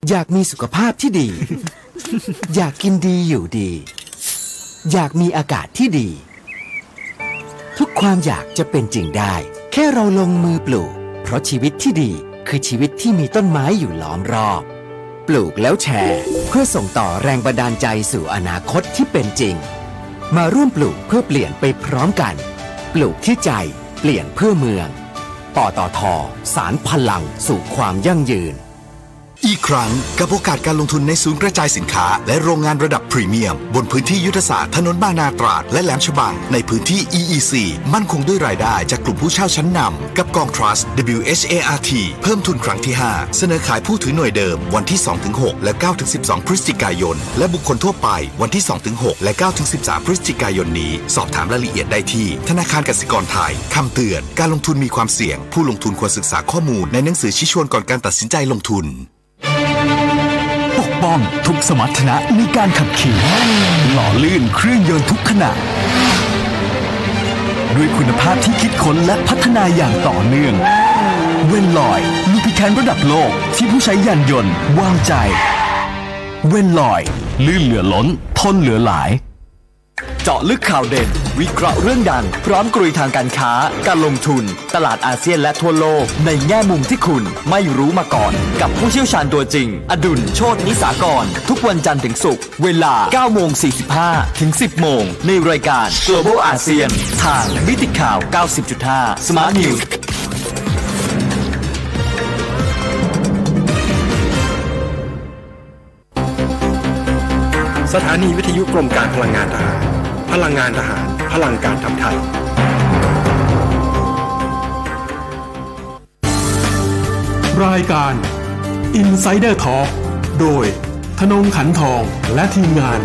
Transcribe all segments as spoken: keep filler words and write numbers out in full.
อยากมีสุขภาพที่ดี อยากกินดีอยู่ดีอยากมีอากาศที่ดีทุกความอยากจะเป็นจริงได้แค่เราลงมือปลูกเพราะชีวิตที่ดีคือชีวิตที่มีต้นไม้อยู่ล้อมรอบปลูกแล้วแชร์เพื่อส่งต่อแรงบันดาลใจสู่อนาคตที่เป็นจริงมาร่วมปลูกเพื่อเปลี่ยนไปพร้อมกันปลูกที่ใจเปลี่ยนเพื่อเมืองปตท.สานพลังสู่ความยั่งยืนอีกครั้งกับโอกาสการลงทุนในศูนย์กระจายสินค้าและโรงงานระดับพรีเมียมบนพื้นที่ยุทธศาสตร์ถนนบางนาตราดและแหลมฉบังในพื้นที่ อี อี ซี มั่นคงด้วยรายได้จากกลุ่มผู้เช่าชั้นนำกับกอง Trust ดับเบิลยู เอช เอ อาร์ ที เพิ่มทุนครั้งที่ห้าเสนอขายผู้ถือหน่วยเดิมวันที่ สองถึงหก และ เก้าถึงสิบสอง พฤศจิกายนและบุคคลทั่วไปวันที่ สองถึงหก และ เก้าถึงสิบสาม พฤศจิกายนนี้สอบถามรายละเอียดได้ที่ธนาคารกสิกรไทยคำเตือนการลงทุนมีความเสี่ยงผู้ลงทุนควรศึกษาข้อมูลในหนังสือชี้ชวนก่อนการตัดสินใจลงทุนปกป้องทุกสมรรถนะในการขับขี่หล่อลื่นเครื่องยนต์ทุกขณะด้วยคุณภาพที่คิดค้นและพัฒนาอย่างต่อเนื่องเวนลอยลูบิแคนระดับโลกที่ผู้ใช้ยานยนต์วางใจเวนลอยลื่นเหลือล้นทนเหลือหลายเจาะลึกข่าวเด่นวิเคราะห์เรื่องดังพร้อมกลุยทางการค้าการลงทุนตลาดอาเซียนและทั่วโลกในแง่มุมที่คุณไม่รู้มาก่อนกับผู้เชี่ยวชาญตัวจริงอดุลโชตินิสากรทุกวันจันทร์ถึงศุกร์เวลา เก้าโมงสี่สิบห้า ถึง สิบโมงในรายการ Global อาเซียนทางมิติข่าว เก้าสิบจุดห้า Smart News สถานีวิทยุกรมการพลังงานทหารพลังงานทหารพลังการทำไทยรายการ Insider Talk โดยธนงขันทองและทีมงาน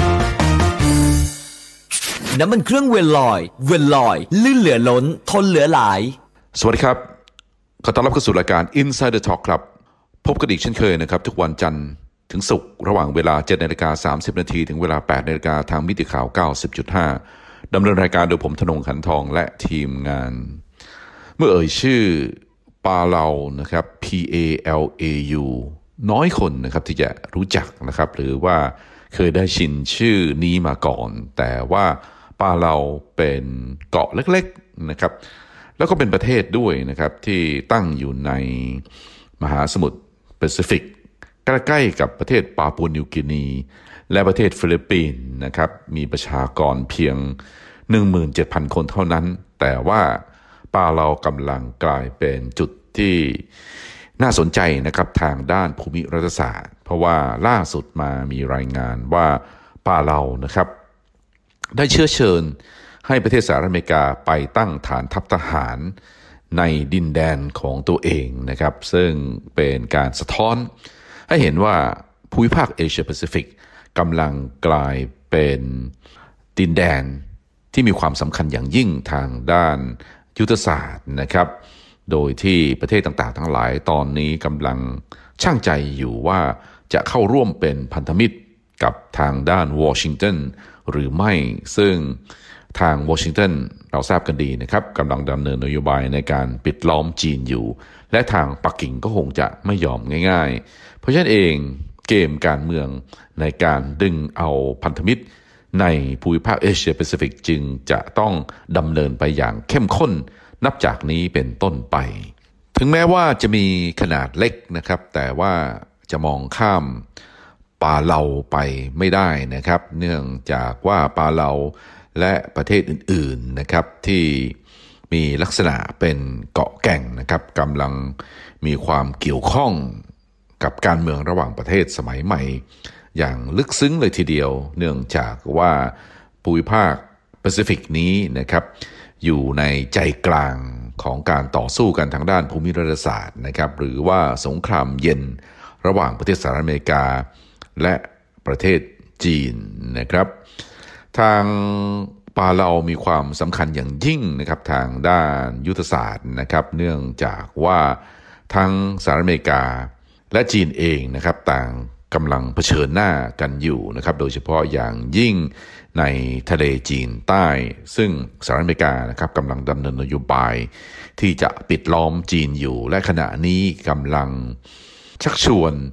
น้ำมันเครื่องเวลลอยเวลลอยลื่นเหลือล้นทนเหลือหลายสวัสดีครับขอต้อนรับเข้าสู่รายการ Insider Talk ครับพบกันอีกเช่นเคยนะครับทุกวันจันทร์ถึงศุกร์ระหว่างเวลา เจ็ดนาฬิกาสามสิบนาทีถึงเวลา แปดนาฬิกาทางมิติข่าว เก้าสิบจุดห้า ดำเนินรายการโดยผมธนงขันทองและทีมงานเมื่อเอ่ยชื่อปาเลานะครับ P A L A U น้อยคนนะครับที่จะรู้จักนะครับหรือว่าเคยได้ชินชื่อนี้มาก่อนแต่ว่าปาเลาเป็นเกาะเล็กๆนะครับแล้วก็เป็นประเทศด้วยนะครับที่ตั้งอยู่ในมหาสมุทรแปซิฟิกใกล้ๆกับประเทศปาปัวนิวกินีและประเทศฟิลิปปินส์นะครับมีประชากรเพียง หนึ่งหมื่นเจ็ดพัน คนเท่านั้นแต่ว่าปาเลากำลังกลายเป็นจุดที่น่าสนใจนะครับทางด้านภูมิรัฐศาสตร์เพราะว่าล่าสุดมามีรายงานว่าปาเลานะครับได้เชื้อเชิญให้ประเทศสหรัฐอเมริกาไปตั้งฐานทัพทหารในดินแดนของตัวเองนะครับซึ่งเป็นการสะท้อนให้เห็นว่าภูมิภาคเอเชียแปซิฟิกกำลังกลายเป็นดินแดนที่มีความสำคัญอย่างยิ่งทางด้านยุทธศาสตร์นะครับโดยที่ประเทศต่างๆทั้งหลายตอนนี้กำลังช่างใจอยู่ว่าจะเข้าร่วมเป็นพันธมิตรกับทางด้านวอชิงตันหรือไม่ซึ่งทางวอชิงตันเราทราบกันดีนะครับกำลังดำเนินนโยบายในการปิดล้อมจีนอยู่และทางปักกิ่งก็คงจะไม่ยอมง่ายๆเพราะฉะนั้นเองเกมการเมืองในการดึงเอาพันธมิตรในภูมิภาคเอเชียแปซิฟิกจึงจะต้องดำเนินไปอย่างเข้มข้นนับจากนี้เป็นต้นไปถึงแม้ว่าจะมีขนาดเล็กนะครับแต่ว่าจะมองข้ามปาเลาไปไม่ได้นะครับเนื่องจากว่าปาเลาและประเทศอื่นๆนะครับที่มีลักษณะเป็นเกาะแก่งนะครับกำลังมีความเกี่ยวข้องกับการเมืองระหว่างประเทศสมัยใหม่อย่างลึกซึ้งเลยทีเดียวเนื่องจากว่าภูมิภาคแปซิฟิกนี้นะครับอยู่ในใจกลางของการต่อสู้กันทางด้านภูมิรัฐศาสตร์นะครับหรือว่าสงครามเย็นระหว่างประเทศสหรัฐอเมริกาและประเทศจีนนะครับทางปาเลามีความสำคัญอย่างยิ่งนะครับทางด้านยุทธศาสตร์นะครับเนื่องจากว่าทั้งสหรัฐอเมริกาและจีนเองนะครับต่างกำลังเผชิญหน้ากันอยู่นะครับโดยเฉพาะอย่างยิ่งในทะเลจีนใต้ซึ่งสหรัฐอเมริกานะครับกำลังดำเนินนโยบายที่จะปิดล้อมจีนอยู่และขณะนี้กำลังชักชวน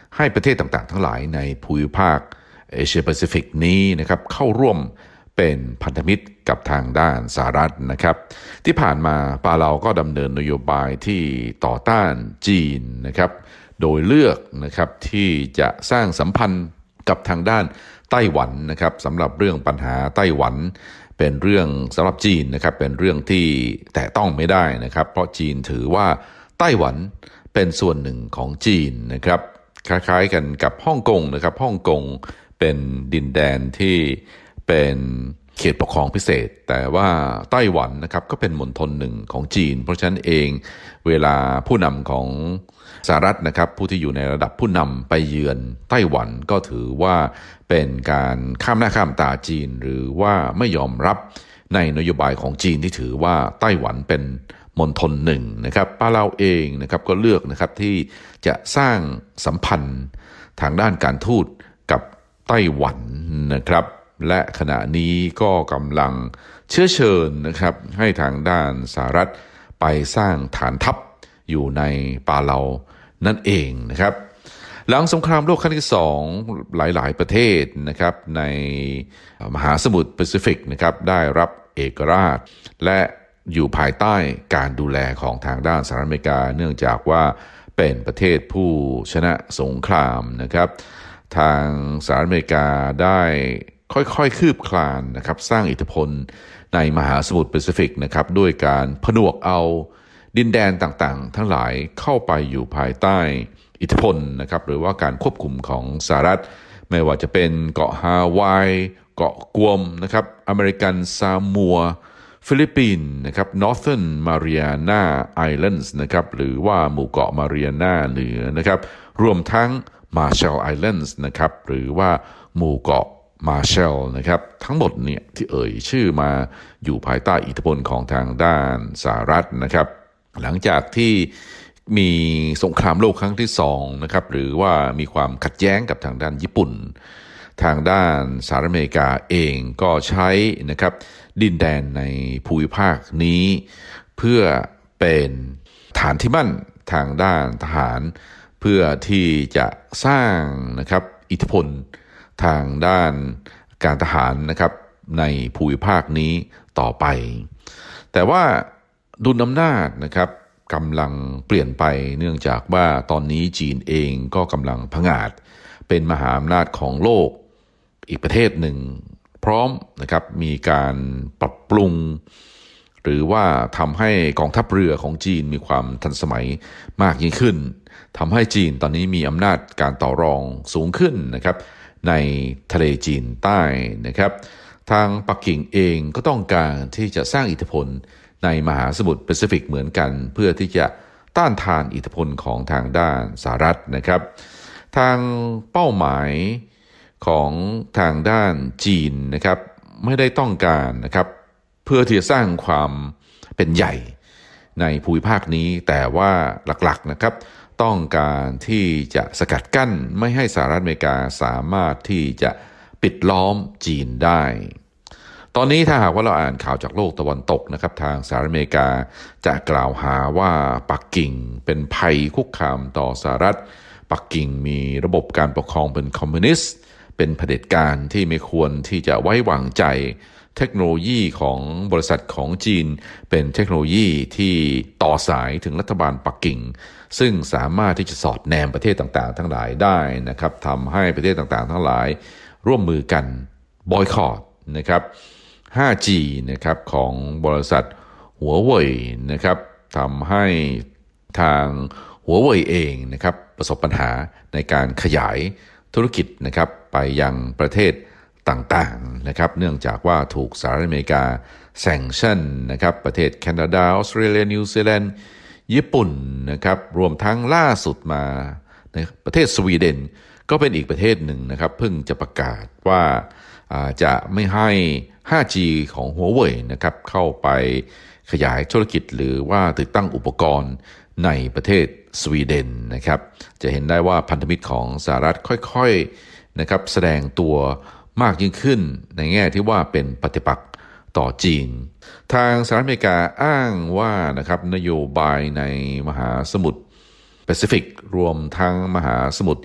ให้ประเทศต่างๆทั้งหลายในภูมิภาคเอเชียแปซิฟิกนี้นะครับเข้าร่วมเป็นพันธมิตรกับทางด้านสหรัฐนะครับที่ผ่านมาปาเลาก็ดำเนินนโยบายที่ต่อต้านจีนนะครับโดยเลือกนะครับที่จะสร้างสัมพันธ์กับทางด้านไต้หวันนะครับสำหรับเรื่องปัญหาไต้หวันเป็นเรื่องสำหรับจีนนะครับเป็นเรื่องที่แตะต้องไม่ได้นะครับเพราะจีนถือว่าไต้หวันเป็นส่วนหนึ่งของจีนนะครับคล้ายๆกันกับฮ่องกงนะครับฮ่องกงเป็นดินแดนที่เป็นเขตปกครองพิเศษแต่ว่าไต้หวันนะครับก็เป็นมณฑลหนึ่งของจีนเพราะฉะนั้นเองเวลาผู้นำของสหรัฐนะครับผู้ที่อยู่ในระดับผู้นำไปเยือนไต้หวันก็ถือว่าเป็นการข้ามหน้าข้ามตาจีนหรือว่าไม่ยอมรับในนโยบายของจีนที่ถือว่าไต้หวันเป็นมณฑลหนึ่งนะครับปาเลาเองนะครับก็เลือกนะครับที่จะสร้างสัมพันธ์ทางด้านการทูตกับไต้หวันนะครับและขณะนี้ก็กำลังเชื้อเชิญนะครับให้ทางด้านสหรัฐไปสร้างฐานทัพอยู่ในปาเลานั่นเองนะครับหลังสงครามโลกครั้งที่สองหลายๆประเทศนะครับในมหาสมุทรแปซิฟิกนะครับได้รับเอกราชและอยู่ภายใต้การดูแลของทางด้านสหรัฐอเมริกาเนื่องจากว่าเป็นประเทศผู้ชนะสงครามนะครับทางสหรัฐอเมริกาได้ค่อยๆคืบคลานนะครับสร้างอิทธิพลในมหาสมุทรแปซิฟิกนะครับด้วยการผนวกเอาดินแดนต่างๆทั้งหลายเข้าไปอยู่ภายใต้อิทธิพลนะครับหรือว่าการควบคุมของสหรัฐไม่ว่าจะเป็นเกาะฮาวายเกาะกวมนะครับอเมริกันซามัวฟิลิปปินส์นะครับ Northern Mariana Islands นะครับหรือว่าหมู่เกาะมาเรียนาเหนือนะครับรวมทั้ง Marshall Islands นะครับหรือว่าหมู่เกาะมาร์แชลนะครับทั้งหมดเนี่ยที่เอ่ยชื่อมาอยู่ภายใต้อิทธิพลของทางด้านสหรัฐนะครับหลังจากที่มีสงครามโลกครั้งที่สองนะครับหรือว่ามีความขัดแย้งกับทางด้านญี่ปุ่นทางด้านสหรัฐอเมริกาเองก็ใช้นะครับดินแดนในภูมิภาคนี้เพื่อเป็นฐานที่มั่นทางด้านทหารเพื่อที่จะสร้างนะครับอิทธิพลทางด้านการทหารนะครับในภูมิภาคนี้ต่อไปแต่ว่าดุลอำนาจนะครับกำลังเปลี่ยนไปเนื่องจากว่าตอนนี้จีนเองก็กำลังผงาดเป็นมหาอำนาจของโลกอีกประเทศหนึ่งพร้อมนะครับมีการปรับปรุงหรือว่าทำให้กองทัพเรือของจีนมีความทันสมัยมากยิ่งขึ้นทำให้จีนตอนนี้มีอำนาจการต่อรองสูงขึ้นนะครับในทะเลจีนใต้นะครับทางปักกิ่งเองก็ต้องการที่จะสร้างอิทธิพลในมหาสมุทรแปซิฟิกเหมือนกันเพื่อที่จะต้านทานอิทธิพลของทางด้านสหรัฐนะครับทางเป้าหมายของทางด้านจีนนะครับไม่ได้ต้องการนะครับเพื่อที่จะสร้างความเป็นใหญ่ในภูมิภาคนี้แต่ว่าหลักๆนะครับต้องการที่จะสกัดกั้นไม่ให้สหรัฐอเมริกาสามารถที่จะปิดล้อมจีนได้ตอนนี้ถ้าหากว่าเราอ่านข่าวจากโลกตะวันตกนะครับทางสหรัฐอเมริกาจะกล่าวหาว่าปักกิ่งเป็นภัยคุกคามต่อสหรัฐปักกิ่งมีระบบการปกครองเป็นคอมมิวนิสต์เป็นเผด็จการที่ไม่ควรที่จะไว้วางใจเทคโนโลยีของบริษัทของจีนเป็นเทคโนโลยีที่ต่อสายถึงรัฐบาลปักกิ่งซึ่งสามารถที่จะสอดแนมประเทศต่างๆทั้งหลายได้นะครับทำให้ประเทศต่างๆทั้งหลายร่วมมือกันบอยคอตนะครับ ไฟว์จี นะครับของบริษัทหัวเว่ยนะครับทำให้ทางหัวเว่ยเองนะครับประสบปัญหาในการขยายธุรกิจนะครับไปยังประเทศต่างๆนะครับเนื่องจากว่าถูกสหรัฐอเมริกาแซงชั่นนะครับประเทศแคนาดาออสเตรเลียนิวซีแลนด์ญี่ปุ่นนะครับรวมทั้งล่าสุดมาในประเทศสวีเดนก็เป็นอีกประเทศหนึ่งนะครับเพิ่งจะประกาศว่าจะไม่ให้ ไฟว์จี ของหัวเว่ยนะครับเข้าไปขยายธุรกิจหรือว่าติดตั้งอุปกรณ์ในประเทศสวีเดนนะครับจะเห็นได้ว่าพันธมิตรของสหรัฐค่อยๆนะครับแสดงตัวมากยิ่งขึ้นในแง่ที่ว่าเป็นปฏิปักษ์ต่อจีนทางสหรัฐอเมริกาอ้างว่านะครับนโยบายในมหาสมุทรแปซิฟิกรวมทั้งมหาสมุทร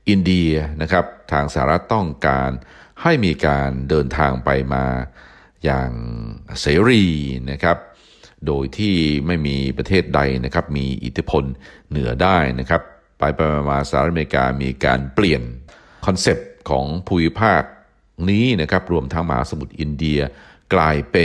อินเดียนะครับทางสหรัฐต้องการให้มีการเดินทางไปมาอย่างเสรีนะครับโดยที่ไม่มีประเทศใดนะครับมีอิทธิพลเหนือได้นะครับไปไปมาสหรัฐอเมริกามีการเปลี่ยนคอนเซปต์ของภูมิภาคนี้นะครับรวมทั้งมหาสมุทรอินเดียกลายเป็น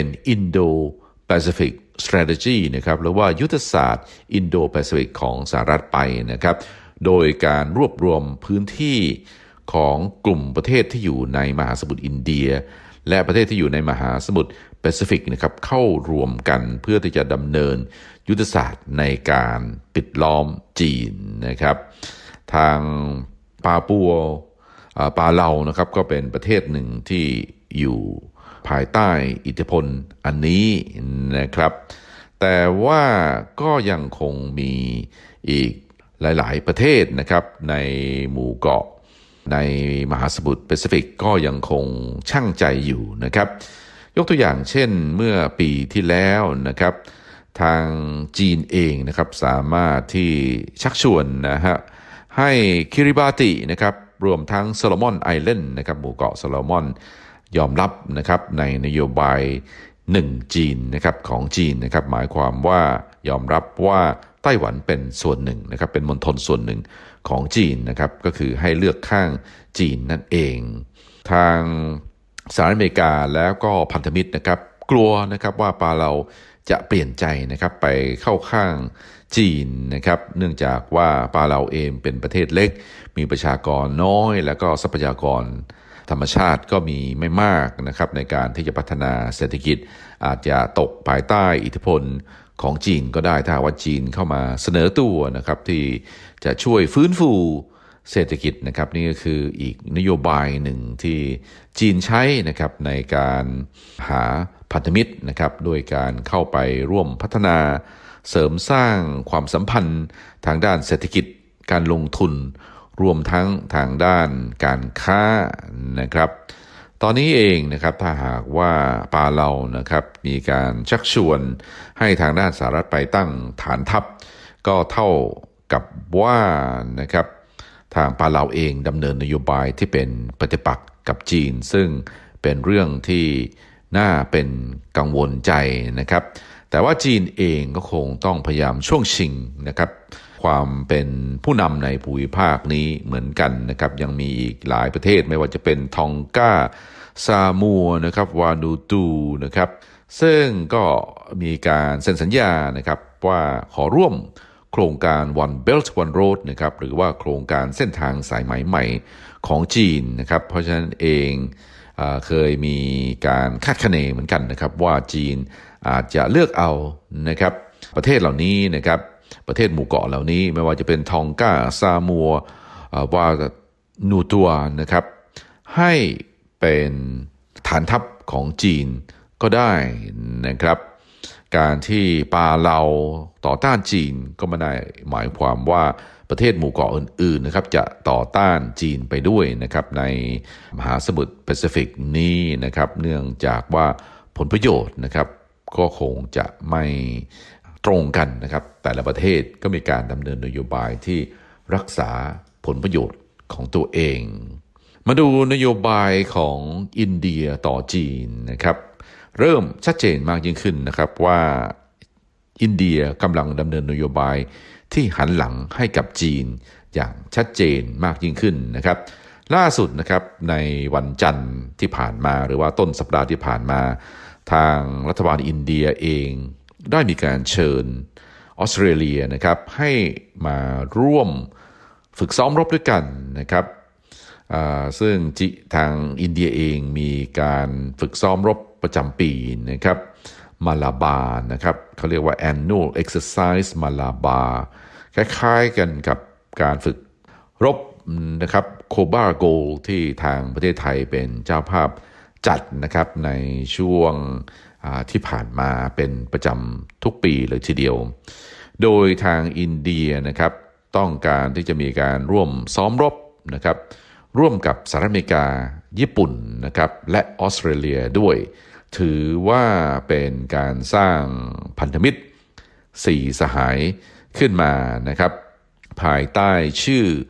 Indo-Pacific Strategy นะครับหรือว่ายุทธศาสตร์ Indo-Pacific ของสหรัฐไปนะครับโดยการรวบรวมพื้นที่ของกลุ่มประเทศที่อยู่ในมหาสมุทรอินเดียและประเทศที่อยู่ในมหาสมุทรแปซิฟิกนะครับเข้ารวมกันเพื่อที่จะดำเนินยุทธศาสตร์ในการปิดล้อมจีนนะครับทางปาปัวปาเลานะครับก็เป็นประเทศหนึ่งที่อยู่ภายใต้อิทธิพลอันนี้นะครับแต่ว่าก็ยังคงมีอีกหลายๆประเทศนะครับในหมู่เกาะในมหาสมุทรแปซิฟิกก็ยังคงชั่งใจอยู่นะครับยกตัวอย่างเช่นเมื่อปีที่แล้วนะครับทางจีนเองนะครับสามารถที่ชักชวนนะฮะให้คิริบาตินะครับรวมทั้งโซโลมอนไอแลนด์นะครับหมู่เกาะโซโลมอนยอมรับนะครับในนโยบายหนึ่งจีนนะครับของจีนนะครับหมายความว่ายอมรับว่าไต้หวันเป็นส่วนหนึ่งนะครับเป็นมณฑลส่วนหนึ่งของจีนนะครับก็คือให้เลือกข้างจีนนั่นเองทางสหรัฐอเมริกาแล้วก็พันธมิตรนะครับกลัวนะครับว่าปาเลาจะเปลี่ยนใจนะครับไปเข้าข้างจีนนะครับเนื่องจากว่าปาเลาเองเป็นประเทศเล็กมีประชากรน้อยแล้วก็ทรัพยากรธรรมชาติก็มีไม่มากนะครับในการที่จะพัฒนาเศรษฐกิจอาจจะตกภายใต้อิทธิพลของจีนก็ได้ถ้าว่าจีนเข้ามาเสนอตัวนะครับที่จะช่วยฟื้นฟูเศรษฐกิจนะครับนี่ก็คืออีกนโยบายหนึ่งที่จีนใช้นะครับในการหาพันธมิตรนะครับโดยการเข้าไปร่วมพัฒนาเสริมสร้างความสัมพันธ์ทางด้านเศรษฐกิจการลงทุนรวมทั้งทางด้านการค้านะครับตอนนี้เองนะครับถ้าหากว่าปาเลานะครับมีการชักชวนให้ทางด้านสหรัฐไปตั้งฐานทัพก็เท่ากับว่านะครับทางปาเลาเองดำเนินนโยบายที่เป็นปฏิปักษ์กับจีนซึ่งเป็นเรื่องที่น่าเป็นกังวลใจนะครับแต่ว่าจีนเองก็คงต้องพยายามช่วงชิงนะครับความเป็นผู้นำในภูมิภาคนี้เหมือนกันนะครับยังมีอีกหลายประเทศไม่ว่าจะเป็นทองกาซามัวนะครับวานูตูนะครับซึ่งก็มีการเซ็นสัญญานะครับว่าขอร่วมโครงการ One Belt One Road นะครับหรือว่าโครงการเส้นทางสายไหมใหม่ของจีนนะครับเพราะฉะนั้นเองเอ่อเคยมีการคาดคะเนเหมือนกันนะครับว่าจีนอาจจะเลือกเอานะครับประเทศเหล่านี้นะครับประเทศหมู่เกาะเหล่านี้ไม่ว่าจะเป็นทองกาซามัววานูตัวนะครับให้เป็นฐานทัพของจีนก็ได้นะครับการที่ปาเลาต่อต้านจีนก็ไม่ได้หมายความว่าประเทศหมู่เกาะอื่นๆนะครับจะต่อต้านจีนไปด้วยนะครับในมหาสมุทรแปซิฟิกนี้นะครับเนื่องจากว่าผลประโยชน์นะครับก็คงจะไม่ตรงกันนะครับแต่ละประเทศก็มีการดำเนินนโยบายที่รักษาผลประโยชน์ของตัวเองมาดูนโยบายของอินเดียต่อจีนนะครับเริ่มชัดเจนมากยิ่งขึ้นนะครับว่าอินเดียกำลังดำเนินนโยบายที่หันหลังให้กับจีนอย่างชัดเจนมากยิ่งขึ้นนะครับล่าสุดนะครับในวันจันทร์ที่ผ่านมาหรือว่าต้นสัปดาห์ที่ผ่านมาทางรัฐบาลอินเดียเองได้มีการเชิญออสเตรเลียนะครับให้มาร่วมฝึกซ้อมรบด้วยกันนะครับซึ่งทางอินเดียเองมีการฝึกซ้อมรบประจำปีนะครับมาลาบานะครับเขาเรียกว่า annual exercise มาลาบาคล้ายๆกันกับการฝึกรบนะครับโคบาโกลที่ทางประเทศไทยเป็นเจ้าภาพจัดนะครับในช่วงที่ผ่านมาเป็นประจำทุกปีเลยทีเดียวโดยทางอินเดียนะครับต้องการที่จะมีการร่วมซ้อมรบนะครับร่วมกับสหรัฐอเมริกาญี่ปุ่นนะครับและออสเตรเลียด้วยถือว่าเป็นการสร้างพันธมิตรสี่สหายขึ้นมานะครับภายใต้ชื่อ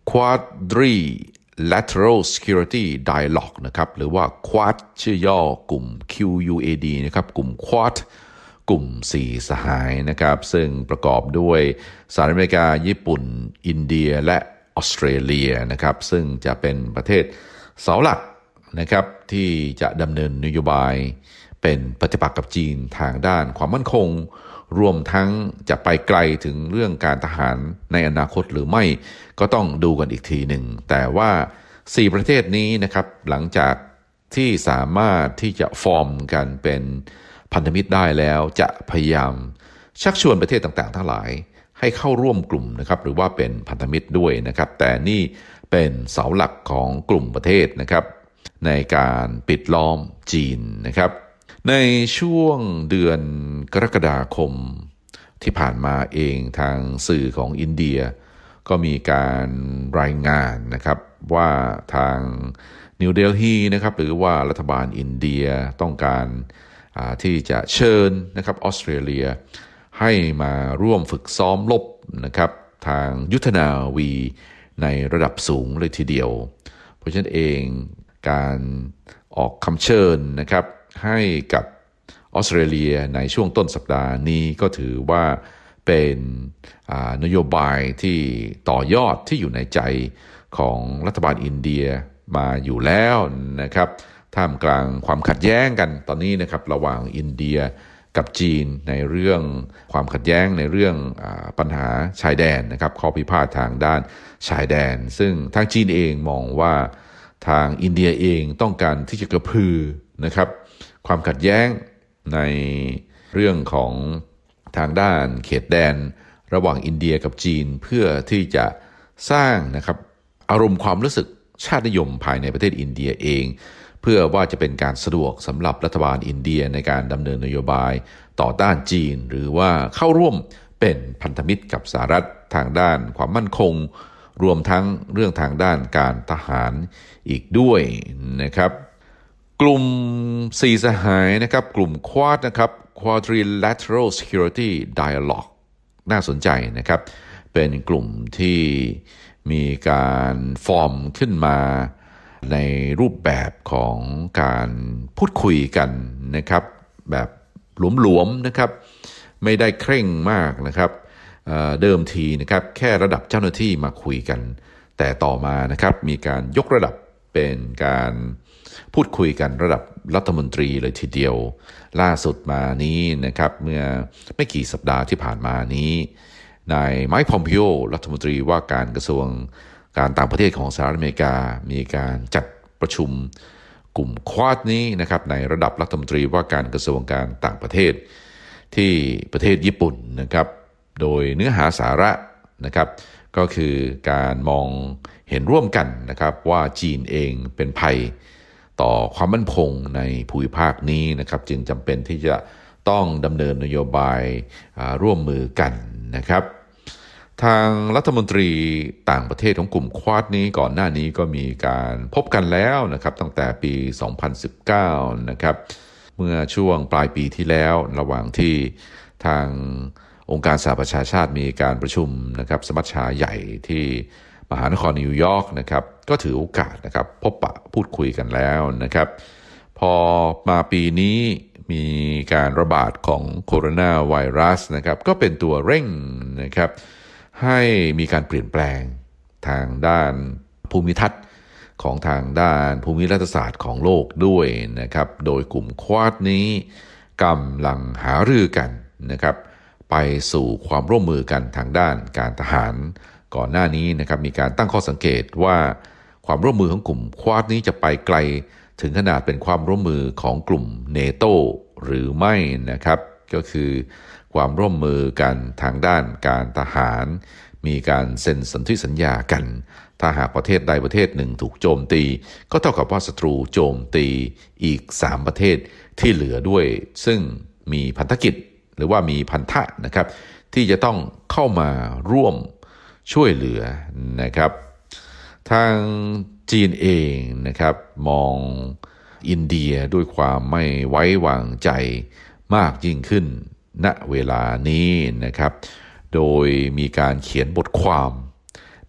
Quadrilateral Security Dialogue นะครับหรือว่า Quad ชื่อย่อกลุ่ม คิว ยู เอ ดี นะครับกลุ่ม Quad กลุ่มสี่สหายนะครับซึ่งประกอบด้วยสหรัฐอเมริกาญี่ปุ่นอินเดียและออสเตรเลียนะครับซึ่งจะเป็นประเทศเสาหลักนะครับที่จะดำเนินนโยบายเป็นปฏิปักษ์กับจีนทางด้านความมั่นคงรวมทั้งจะไปไกลถึงเรื่องการทหารในอนาคตหรือไม่ก็ต้องดูกันอีกทีหนึ่งแต่ว่าสี่ประเทศนี้นะครับหลังจากที่สามารถที่จะฟอร์มกันเป็นพันธมิตรได้แล้วจะพยายามชักชวนประเทศต่างๆทั้งหลายให้เข้าร่วมกลุ่มนะครับหรือว่าเป็นพันธมิตรด้วยนะครับแต่นี่เป็นเสาหลักของกลุ่มประเทศนะครับในการปิดล้อมจีนนะครับในช่วงเดือนกรกฎาคมที่ผ่านมาเองทางสื่อของอินเดียก็มีการรายงานนะครับว่าทางนิวเดลฮีนะครับหรือว่ารัฐบาลอินเดียต้องการที่จะเชิญนะครับออสเตรเลียให้มาร่วมฝึกซ้อมรบนะครับทางยุทธนาวีในระดับสูงเลยทีเดียวเพราะฉะนั้นเองการออกคำเชิญนะครับให้กับออสเตรเลียในช่วงต้นสัปดาห์นี้ก็ถือว่าเป็นนโยบายที่ต่อยอดที่อยู่ในใจของรัฐบาลอินเดียมาอยู่แล้วนะครับท่ามกลางความขัดแย้งกันตอนนี้นะครับระหว่างอินเดียกับจีนในเรื่องความขัดแย้งในเรื่องอ่าปัญหาชายแดนนะครับข้อพิพาททางด้านชายแดนซึ่งทางจีนเองมองว่าทางอินเดียเองต้องการที่จะกระพือนะครับความขัดแย้งในเรื่องของทางด้านเขตแดนระหว่างอินเดียกับจีนเพื่อที่จะสร้างนะครับอารมณ์ความรู้สึกชาตินิยมภายในประเทศอินเดียเองเพื่อว่าจะเป็นการสะดวกสำหรับรัฐบาลอินเดียในการดำเนินนโยบายต่อต้านจีนหรือว่าเข้าร่วมเป็นพันธมิตรกับสหรัฐทางด้านความมั่นคงรวมทั้งเรื่องทางด้านการทหารอีกด้วยนะครับกลุ่มสี่สหายนะครับกลุ่ม Quad นะครับ Quadrilateral Security Dialogue น่าสนใจนะครับเป็นกลุ่มที่มีการฟอร์มขึ้นมาในรูปแบบของการพูดคุยกันนะครับแบบหลวมๆนะครับไม่ได้เคร่งมากนะครับ เ, เดิมทีนะครับแค่ระดับเจ้าหน้าที่มาคุยกันแต่ต่อมานะครับมีการยกระดับเป็นการพูดคุยกันระดับรัฐมนตรีเลยทีเดียวล่าสุดมานี้นะครับเมื่อไม่กี่สัปดาห์ที่ผ่านมานี้นายไมค์ พอมปิโอรัฐมนตรีว่าการกระทรวงการต่างประเทศของสหรัฐอเมริกามีการจัดประชุมกลุ่มควอดนี้นะครับในระดับรัฐมนตรีว่าการกระทรวงการต่างประเทศที่ประเทศญี่ปุ่นนะครับโดยเนื้อหาสาระนะครับก็คือการมองเห็นร่วมกันนะครับว่าจีนเองเป็นภัยต่อความมั่นคงในภูมิภาคนี้นะครับจึงจำเป็นที่จะต้องดำเนินนโยบายร่วมมือกันนะครับทางรัฐมนตรีต่างประเทศของกลุ่มควอดนี้ก่อนหน้านี้ก็มีการพบกันแล้วนะครับตั้งแต่ปีสองพันสิบเก้านะครับเมื่อช่วงปลายปีที่แล้วระหว่างที่ทางองค์การสหประชาชาติมีการประชุมนะครับสมัชชาใหญ่ที่มหานครนิวยอร์กนะครับก็ถือโอกาสนะครับพบปะพูดคุยกันแล้วนะครับพอมาปีนี้มีการระบาดของโคโรนาไวรัสนะครับก็เป็นตัวเร่งนะครับให้มีการเปลี่ยนแปลงทางด้านภูมิทัศน์ของทางด้านภูมิรัฐศาสตร์ของโลกด้วยนะครับโดยกลุ่มควอดนี้กำลังหารือกันนะครับไปสู่ความร่วมมือกันทางด้านการทหารก่อนหน้านี้นะครับมีการตั้งข้อสังเกตว่าความร่วมมือของกลุ่มควอดนี้จะไปไกลถึงขนาดเป็นความร่วมมือของกลุ่มเนโตหรือไม่นะครับก็คือความร่วมมือกันทางด้านการทหารมีการเซ็นสนธิสัญญากันถ้าหากประเทศใดประเทศหนึ่งถูกโจมตีก็เท่ากับว่าศัตรูโจมตีอีกสามประเทศที่เหลือด้วยซึ่งมีพันธกิจหรือว่ามีพันธะนะครับที่จะต้องเข้ามาร่วมช่วยเหลือนะครับทางจีนเองนะครับมองอินเดียด้วยความไม่ไว้วางใจมากยิ่งขึ้นณเวลานี้นะครับโดยมีการเขียนบทความ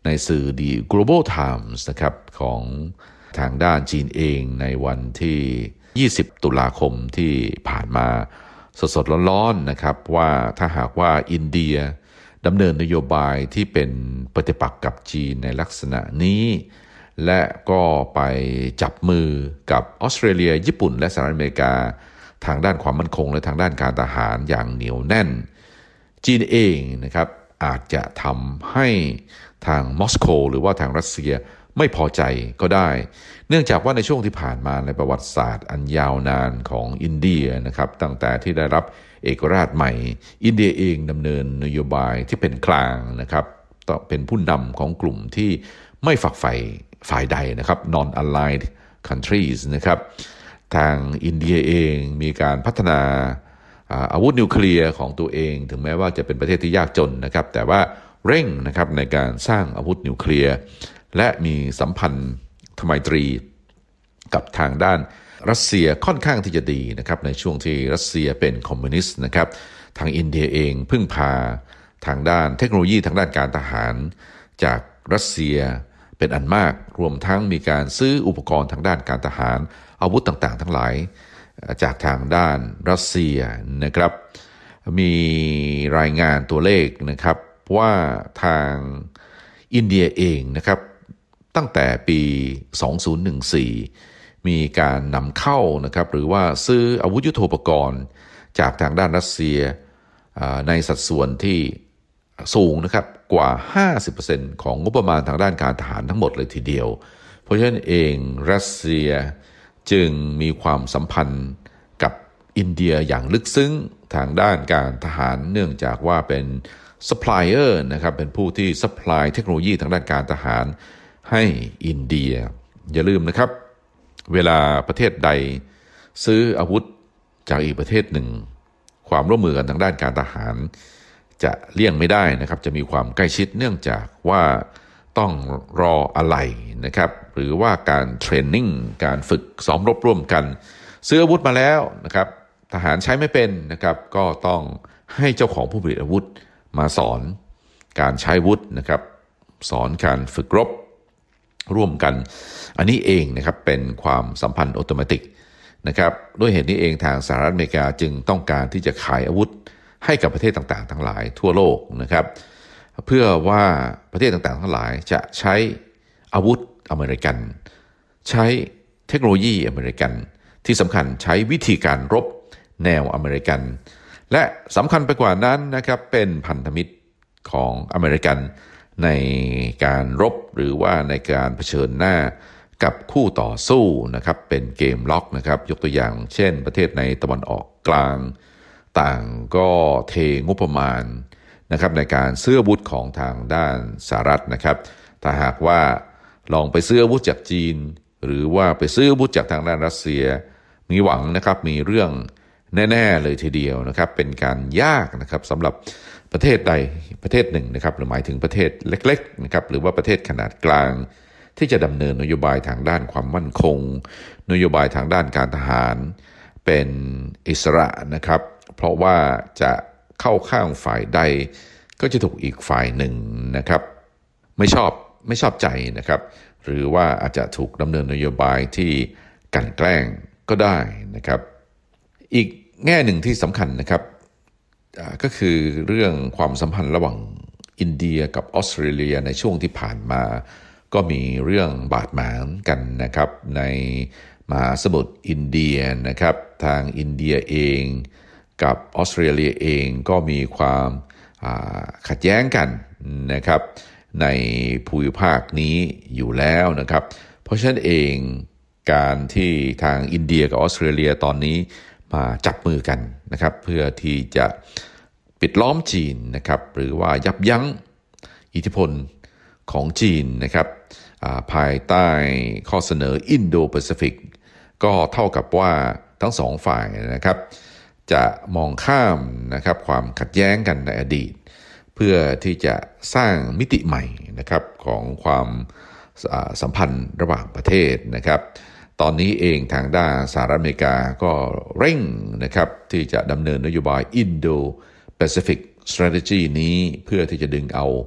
ในสื่อ The Global Times นะครับของทางด้านจีนเองในวันที่ยี่สิบตุลาคมที่ผ่านมาสดๆร้อนๆนะครับว่าถ้าหากว่าอินเดียดำเนินนโยบายที่เป็นปฏิปักษ์กับจีนในลักษณะนี้และก็ไปจับมือกับออสเตรเลียญี่ปุ่นและสหรัฐอเมริกาทางด้านความมั่นคงและทางด้านการทหารอย่างเหนียวแน่นจีนเองนะครับอาจจะทำให้ทางมอสโกหรือว่าทางรัสเซียไม่พอใจก็ได้เนื่องจากว่าในช่วงที่ผ่านมาในประวัติศาสตร์อันยาวนานของอินเดียนะครับตั้งแต่ที่ได้รับเอกราชใหม่อินเดียเองดำเนินนโยบายที่เป็นกลางนะครับต้องเป็นผู้นำของกลุ่มที่ไม่ฝักใฝ่ฝ่ายใดนะครับ non-aligned countries นะครับทางอินเดียเองมีการพัฒนาอาวุธนิวเคลียร์ของตัวเองถึงแม้ว่าจะเป็นประเทศที่ยากจนนะครับแต่ว่าเร่งนะครับในการสร้างอาวุธนิวเคลียร์และมีสัมพันธไมตรีกับทางด้านรัสเซียค่อนข้างที่จะดีนะครับในช่วงที่รัสเซียเป็นคอมมิวนิสต์นะครับทางอินเดียเองพึ่งพาทางด้านเทคโนโลยีทางด้านการทหารจากรัสเซียเป็นอันมากรวมทั้งมีการซื้ออุปกรณ์ทางด้านการทหารอาวุธต่างๆทั้งหลายจากทางด้านรัสเซียนะครับมีรายงานตัวเลขนะครับว่าทางอินเดียเองนะครับตั้งแต่ปีสองพันสิบสี่มีการนำเข้านะครับหรือว่าซื้ออาวุธยุทโธปกรณ์จากทางด้านรัสเซียในสัดส่วนที่สูงนะครับกว่า ห้าสิบเปอร์เซ็นต์ ของงบประมาณทางด้านการทหารทั้งหมดเลยทีเดียวเพราะฉะนั้นเองรัสเซียจึงมีความสัมพันธ์กับอินเดียอย่างลึกซึ้งทางด้านการทหารเนื่องจากว่าเป็นซัพพลายเออร์นะครับเป็นผู้ที่ซัพพลายเทคโนโลยีทางด้านการทหารให้อินเดียอย่าลืมนะครับเวลาประเทศใดซื้ออาวุธจากอีกประเทศหนึ่งความร่วมมือกันทางด้านการทหารจะเลี่ยงไม่ได้นะครับจะมีความใกล้ชิดเนื่องจากว่าต้องรออะไรนะครับหรือว่าการเทรนนิ่งการฝึกซ้อมรบร่วมกันซื้ออาวุธมาแล้วนะครับทหารใช้ไม่เป็นนะครับก็ต้องให้เจ้าของผู้ผลิตอาวุธมาสอนการใช้อาวุธนะครับสอนการฝึกรบร่วมกันอันนี้เองนะครับเป็นความสัมพันธ์ออโตเมติกนะครับด้วยเหตุนี้เองทางสหรัฐอเมริกาจึงต้องการที่จะขายอาวุธให้กับประเทศต่างๆทั้งหลายทั่วโลกนะครับเพื่อว่าประเทศต่างๆทั้งหลายจะใช้อาวุธอเมริกันใช้เทคโนโลยีอเมริกันที่สำคัญใช้วิธีการรบแนวอเมริกันและสำคัญไปกว่านั้นนะครับเป็นพันธมิตรของอเมริกันในการรบหรือว่าในการเผชิญหน้ากับคู่ต่อสู้นะครับเป็นเกมล็อกนะครับยกตัวอย่างเช่นประเทศในตะวันออกกลางต่างก็เทงบประมาณนะครับในการซื้ออาวุธของทางด้านสหรัฐนะครับถ้าหากว่าลองไปซื้ออาวุธจากจีนหรือว่าไปซื้ออาวุธจากทางด้านรัสเซียมีหวังนะครับมีเรื่องแน่ๆเลยทีเดียวนะครับเป็นการยากนะครับสำหรับประเทศใดประเทศหนึ่งนะครับหรือหมายถึงประเทศเล็กๆนะครับหรือว่าประเทศขนาดกลางที่จะดำเนินนโยบายทางด้านความมั่นคงนโยบายทางด้านการทหารเป็นอิสระนะครับเพราะว่าจะเข้าข้างฝ่ายใดก็จะถูกอีกฝ่ายหนึ่งนะครับไม่ชอบไม่ชอบใจนะครับหรือว่าอาจจะถูกดำเนินนโยบายที่กลั่นแกล้งก็ได้นะครับอีกแง่หนึ่งที่สำคัญนะครับก็คือเรื่องความสัมพันธ์ระหว่างอินเดียกับออสเตรเลียในช่วงที่ผ่านมาก็มีเรื่องบาดหมางกันนะครับในมหาสมุทรอินเดียนะครับทางอินเดียเองกับออสเตรเลียเองก็มีความขัดแย้งกันนะครับในภูมิภาคนี้อยู่แล้วนะครับเพราะฉะนั้นเองการที่ทางอินเดียกับออสเตรเลียตอนนี้มาจับมือกันนะครับเพื่อที่จะปิดล้อมจีนนะครับหรือว่ายับยั้งอิทธิพลของจีนนะครับภายใต้ข้อเสนออินโดแปซิฟิกก็เท่ากับว่าทั้งสองฝ่ายนะครับจะมองข้ามนะครับความขัดแย้งกันในอดีตเพื่อที่จะสร้างมิติใหม่นะครับของความสัมพันธ์ระหว่างประเทศนะครับตอนนี้เองทางด้านสหรัฐอเมริกาก็เร่งนะครับที่จะดำเนินนโยบาย Indo-Pacific Strategy นี้เพื่อที่จะดึงเอา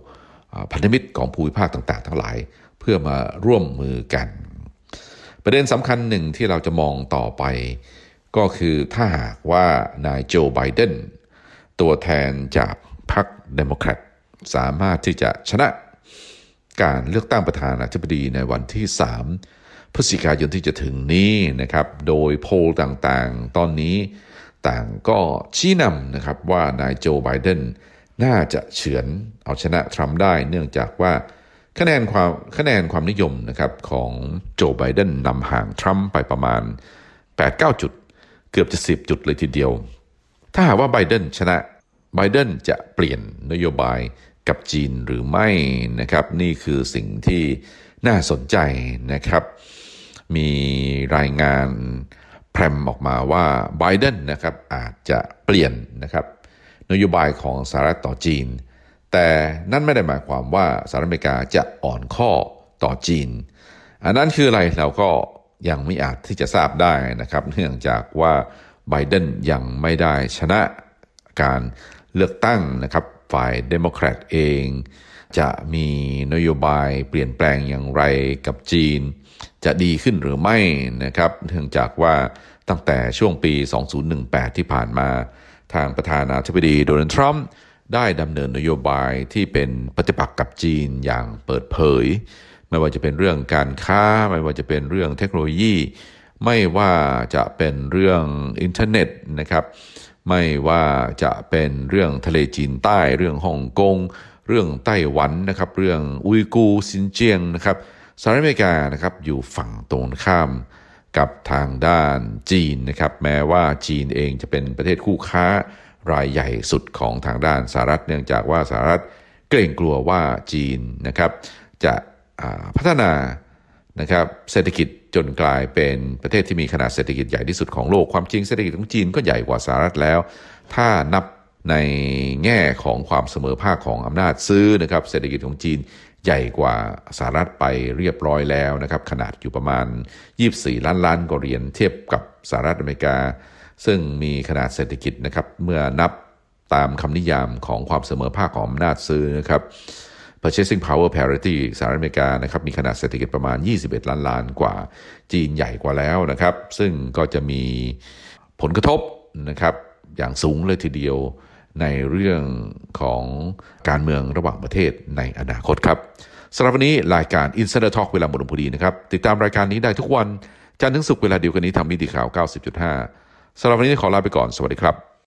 พันธมิตรของภูมิภาคต่างๆทั้งหลายเพื่อมาร่วมมือกันประเด็นสำคัญหนึ่งที่เราจะมองต่อไปก็คือถ้าหากว่านายโจไบเดนตัวแทนจากพรรคเดโมแครตสามารถที่จะชนะการเลือกตั้งประธานาธิบดีในวันที่สามพฤศจิกายนที่จะถึงนี้นะครับโดยโพลต่างๆตอนนี้ต่างก็ชี้นำนะครับว่านายโจไบเดนน่าจะเฉือนเอาชนะทรัมป์ได้เนื่องจากว่าคะแนนความคะแนนความนิยมนะครับของโจไบเดนนำห่างทรัมป์ไปประมาณ แปดถึงเก้า จุดเกือบจะสิบจุดเลยทีเดียวถ้าหากว่าไบเดนชนะไบเดนจะเปลี่ยนนโยบายกับจีนหรือไม่นะครับนี่คือสิ่งที่น่าสนใจนะครับมีรายงานแพร่มออกมาว่าไบเดนนะครับอาจจะเปลี่ยนนะครับนโยบายของสหรัฐต่อจีนแต่นั่นไม่ได้หมายความว่าสหรัฐอเมริกาจะอ่อนข้อต่อจีนอันนั้นคืออะไรเราก็ยังไม่อาจที่จะทราบได้นะครับเนื่องจากว่าไบเดนยังไม่ได้ชนะการเลือกตั้งนะครับฝ่ายเดโมแครตเองจะมีนโยบายเปลี่ยนแปลงอย่างไรกับจีนจะดีขึ้นหรือไม่นะครับเนื่องจากว่าตั้งแต่ช่วงปีสองพันสิบแปดที่ผ่านมาทางประธานาธิบดีโดนัลด์ทรัมป์ได้ดำเนินนโยบายที่เป็นปฏิปักษ์กับจีนอย่างเปิดเผยไม่ว่าจะเป็นเรื่องการค้าไม่ว่าจะเป็นเรื่องเทคโนโลยีไม่ว่าจะเป็นเรื่องอินเทอร์เน็ตนะครับไม่ว่าจะเป็นเรื่องทะเลจีนใต้เรื่องฮ่องกงเรื่องไต้หวันนะครับเรื่องอุยกูร์ซินเจียงนะครับสหรัฐอเมริกานะครับอยู่ฝั่งตรงข้ามกับทางด้านจีนนะครับแม้ว่าจีนเองจะเป็นประเทศคู่ค้ารายใหญ่สุดของทางด้านสหรัฐเนื่องจากว่าสหรัฐเกรงกลัวว่าจีนนะครับจะพัฒนานะครับเศรษฐกิจจนกลายเป็นประเทศที่มีขนาดเศรษฐกิจใหญ่ที่สุดของโลกความจริงเศรษฐกิจของจีนก็ใหญ่กว่าสหรัฐแล้วถ้านับในแง่ของความเสมอภาคของอำนาจซื้อนะครับเศรษฐกิจของจีนใหญ่กว่าสหรัฐไปเรียบร้อยแล้วนะครับขนาดอยู่ประมาณยี่สิบสี่ล้านล้านกว่าเหรียญเทียบกับสหรัฐอเมริกาซึ่งมีขนาดเศรษฐกิจนะครับเมื่อนับตามคำนิยามของความเสมอภาคของอำนาจซื้อนะครับ purchasing power parity สหรัฐอเมริกานะครับมีขนาดเศรษฐกิจประมาณยี่สิบเอ็ดล้านล้านกว่าจีนใหญ่กว่าแล้วนะครับซึ่งก็จะมีผลกระทบนะครับอย่างสูงเลยทีเดียวในเรื่องของการเมืองระหว่างประเทศในอนาคตครับสำหรับวันนี้รายการ Insider Talk เวลาหมดลงพอดีนะครับติดตามรายการนี้ได้ทุกวันจันทร์ถึงศุกร์เวลาเดียวกันนี้ทางมิติข่าว เก้าสิบจุดห้า สำหรับวันนี้ขอลาไปก่อนสวัสดีครับ